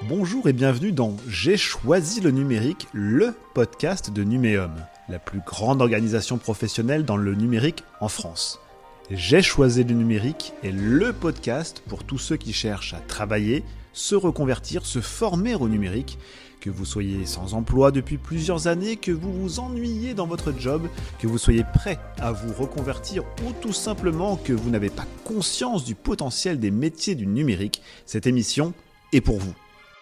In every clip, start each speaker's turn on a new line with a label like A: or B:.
A: Bonjour et bienvenue dans J'ai choisi le numérique, le podcast de Numéum, la plus grande organisation professionnelle dans le numérique en France. J'ai choisi le numérique est le podcast pour tous ceux qui cherchent à travailler, se reconvertir, se former au numérique, que vous soyez sans emploi depuis plusieurs années, que vous vous ennuyez dans votre job, que vous soyez prêt à vous reconvertir ou tout simplement que vous n'avez pas conscience du potentiel des métiers du numérique, cette émission est pour vous.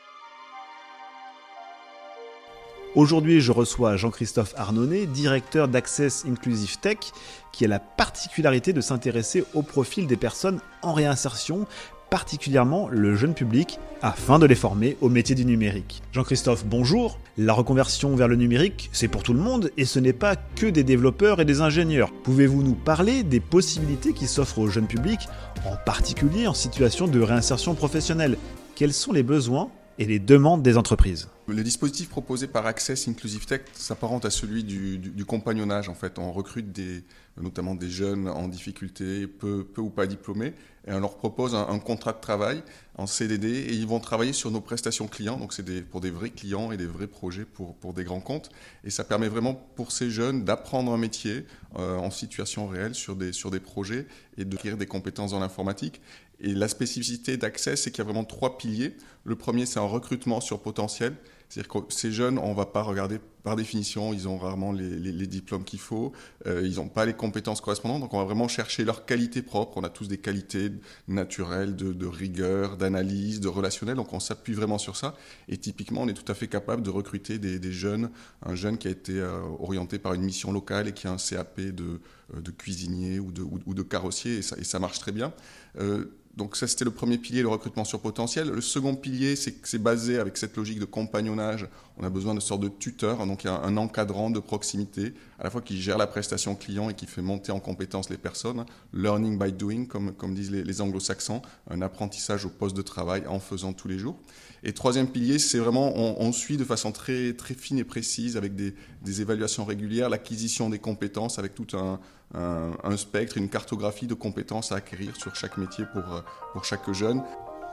A: Aujourd'hui, je reçois Jean-Christophe Arnonnet, directeur d'Access Inclusive Tech, qui a la particularité de s'intéresser au profil des personnes en réinsertion, particulièrement le jeune public, afin de les former au métier du numérique. Jean-Christophe, bonjour. La reconversion vers le numérique, c'est pour tout le monde et ce n'est pas que des développeurs et des ingénieurs. Pouvez-vous nous parler des possibilités qui s'offrent au jeune public, en particulier en situation de réinsertion professionnelle ? Quels sont les besoins et les demandes des entreprises ?
B: Le dispositif proposé par Access Inclusive Tech s'apparente à celui du compagnonnage. En fait, on recrute notamment des jeunes en difficulté, peu ou pas diplômés, et on leur propose un contrat de travail en CDD et ils vont travailler sur nos prestations clients. Donc c'est pour des vrais clients et des vrais projets pour des grands comptes. Et ça permet vraiment pour ces jeunes d'apprendre un métier en situation réelle sur des projets et d'acquérir des compétences dans l'informatique. Et la spécificité d'Access, c'est qu'il y a vraiment 3 piliers. Le premier, c'est un recrutement sur potentiel. C'est-à-dire que ces jeunes, on ne va pas regarder par définition, ils ont rarement les diplômes qu'il faut, ils n'ont pas les compétences correspondantes, donc on va vraiment chercher leurs qualités propres. On a tous des qualités naturelles, de rigueur, d'analyse, de relationnel, donc on s'appuie vraiment sur ça. Et typiquement, on est tout à fait capable de recruter des jeunes, un jeune qui a été orienté par une mission locale et qui a un CAP de cuisinier ou de carrossier, et ça marche très bien. Donc ça, c'était le premier pilier, le recrutement sur potentiel. Le second pilier, c'est que c'est basé avec cette logique de compagnonnage. On a besoin de sorte de tuteur, donc il y a un encadrant de proximité, à la fois qui gère la prestation client et qui fait monter en compétence les personnes. Learning by doing, comme disent les anglo-saxons, un apprentissage au poste de travail en faisant tous les jours. Et troisième pilier, c'est vraiment, on suit de façon très, très fine et précise, avec des évaluations régulières, l'acquisition des compétences, avec tout un spectre, une cartographie de compétences à acquérir sur chaque métier pour chaque jeune.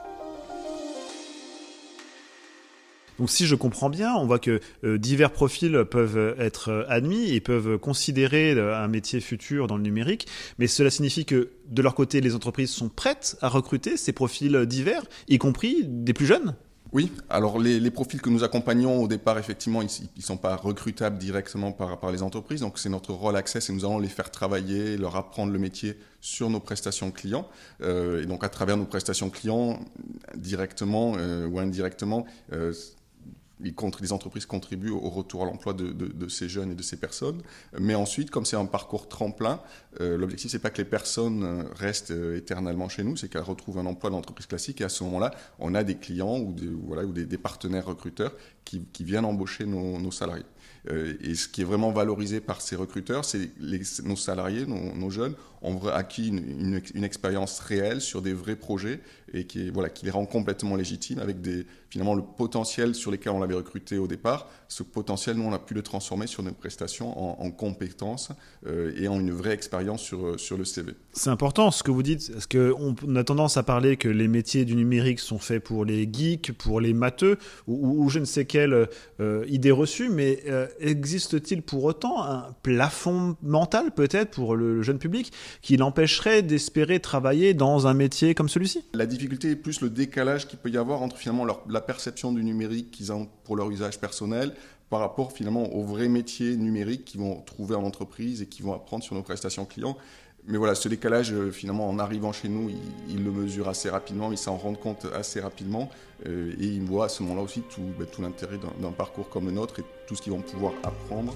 A: Donc si je comprends bien, on voit que divers profils peuvent être admis et peuvent considérer un métier futur dans le numérique, mais cela signifie que de leur côté, les entreprises sont prêtes à recruter ces profils divers, y compris des plus jeunes ?
B: Oui, alors les profils que nous accompagnons au départ, effectivement, ils ne sont pas recrutables directement par les entreprises, donc c'est notre rôle Access et nous allons les faire travailler, leur apprendre le métier sur nos prestations clients. Et donc à travers nos prestations clients, directement ou indirectement, les entreprises contribuent au retour à l'emploi de ces jeunes et de ces personnes. Mais ensuite, comme c'est un parcours tremplin, l'objectif, c'est pas que les personnes restent éternellement chez nous, c'est qu'elles retrouvent un emploi dans l'entreprise classique. Et à ce moment-là, on a des clients ou des partenaires recruteurs qui viennent embaucher nos salariés. Et ce qui est vraiment valorisé par ces recruteurs, c'est nos salariés, nos jeunes, ont acquis une expérience réelle sur des vrais projets et qui les rend complètement légitimes avec finalement le potentiel sur lesquels on l'avait recruté au départ. Ce potentiel, nous, on a pu le transformer sur nos prestations en compétences et en une vraie expérience sur le CV.
A: C'est important ce que vous dites, parce qu'on a tendance à parler que les métiers du numérique sont faits pour les geeks, pour les matheux, ou je ne sais quelle idée reçue, mais existe-t-il pour autant un plafond mental peut-être pour le jeune public qui l'empêcherait d'espérer travailler dans un métier comme celui-ci ?
B: La difficulté est plus le décalage qu'il peut y avoir entre finalement la perception du numérique qu'ils ont pour leur usage personnel par rapport finalement aux vrais métiers numériques qu'ils vont trouver en entreprise et qu'ils vont apprendre sur nos prestations clients. Mais voilà, ce décalage, finalement, en arrivant chez nous, ils le mesurent assez rapidement, ils s'en rendent compte assez rapidement et ils voient à ce moment-là aussi tout l'intérêt d'un parcours comme le nôtre et tout ce qu'ils vont pouvoir apprendre.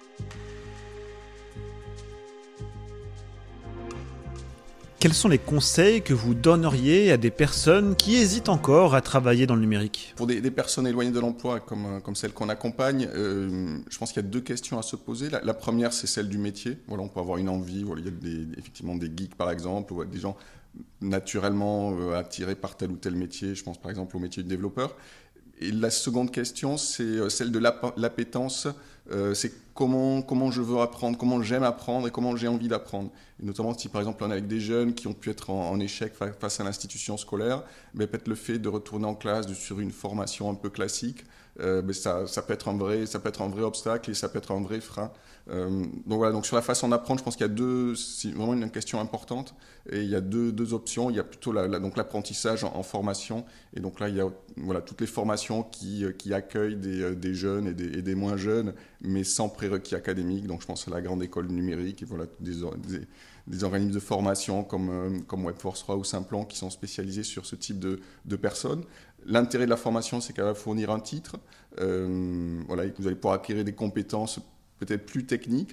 A: Quels sont les conseils que vous donneriez à des personnes qui hésitent encore à travailler dans le numérique ?
B: Pour des personnes éloignées de l'emploi, comme celles qu'on accompagne, je pense qu'il y a 2 questions à se poser. La première, c'est celle du métier. Voilà, on peut avoir une envie. Voilà, il y a effectivement des geeks, par exemple, ou des gens naturellement attirés par tel ou tel métier. Je pense par exemple au métier de développeur. Et la seconde question, c'est celle de l'appétence. C'est comment je veux apprendre, comment j'aime apprendre et comment j'ai envie d'apprendre. Et notamment si par exemple on est avec des jeunes qui ont pu être en échec face à l'institution scolaire, mais peut-être le fait de retourner en classe sur une formation un peu classique, ça peut être un vrai obstacle et ça peut être un vrai frein. Donc voilà, donc sur la façon d'apprendre, je pense qu'il y a c'est vraiment une question importante, et il y a deux options. Il y a plutôt donc l'apprentissage en formation, et donc là il y a toutes les formations qui accueillent des jeunes et des moins jeunes, mais sans prérequis académiques. Donc je pense à la grande école numérique, et voilà des organismes de formation comme Webforce 3 ou Simplon qui sont spécialisés sur ce type de personnes. L'intérêt de la formation, c'est qu'elle va fournir un titre, et que vous allez pouvoir acquérir des compétences peut-être plus techniques.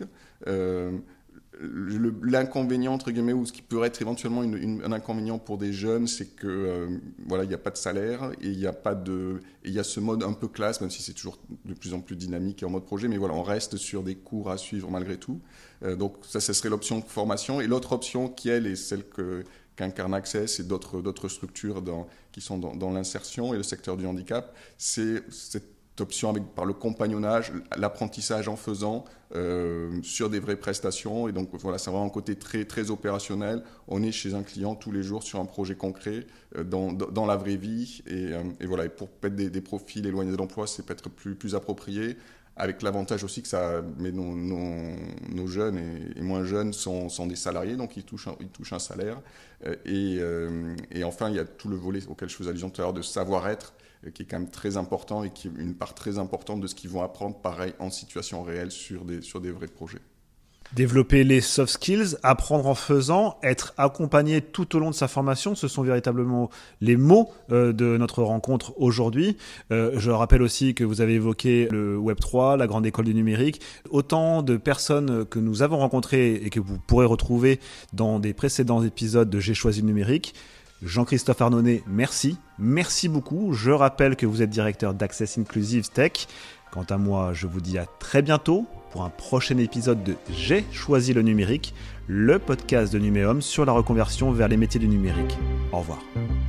B: L'inconvénient, entre guillemets, ou ce qui pourrait être éventuellement un inconvénient pour des jeunes, c'est que il n'y a pas de salaire, et il y a ce mode un peu classe, même si c'est toujours de plus en plus dynamique et en mode projet, mais voilà, on reste sur des cours à suivre malgré tout. Donc ça serait l'option de formation. Et l'autre option qui, elle, est celle qu'incarne Access et d'autres structures qui sont dans l'insertion et le secteur du handicap, c'est cette option par le compagnonnage, l'apprentissage en faisant sur des vraies prestations. Et donc voilà, c'est vraiment un côté très, très opérationnel. On est chez un client tous les jours sur un projet concret dans la vraie vie. Et voilà, et pour peut-être des profils éloignés de l'emploi, c'est peut-être plus approprié. Avec l'avantage aussi que nos jeunes et moins jeunes sont des salariés, donc ils touchent un salaire. Et enfin, il y a tout le volet auquel je faisais allusion tout à l'heure de savoir-être, qui est quand même très important et qui est une part très importante de ce qu'ils vont apprendre, pareil, en situation réelle sur des vrais projets.
A: Développer les soft skills, apprendre en faisant, être accompagné tout au long de sa formation, ce sont véritablement les mots de notre rencontre aujourd'hui. Je rappelle aussi que vous avez évoqué le Web3, la grande école du numérique, autant de personnes que nous avons rencontrées et que vous pourrez retrouver dans des précédents épisodes de J'ai choisi le numérique. Jean-Christophe Arnonnet, merci. Merci beaucoup. Je rappelle que vous êtes directeur d'Access Inclusive Tech. Quant à moi, je vous dis à très bientôt pour un prochain épisode de J'ai choisi le numérique, le podcast de Numéum sur la reconversion vers les métiers du numérique. Au revoir.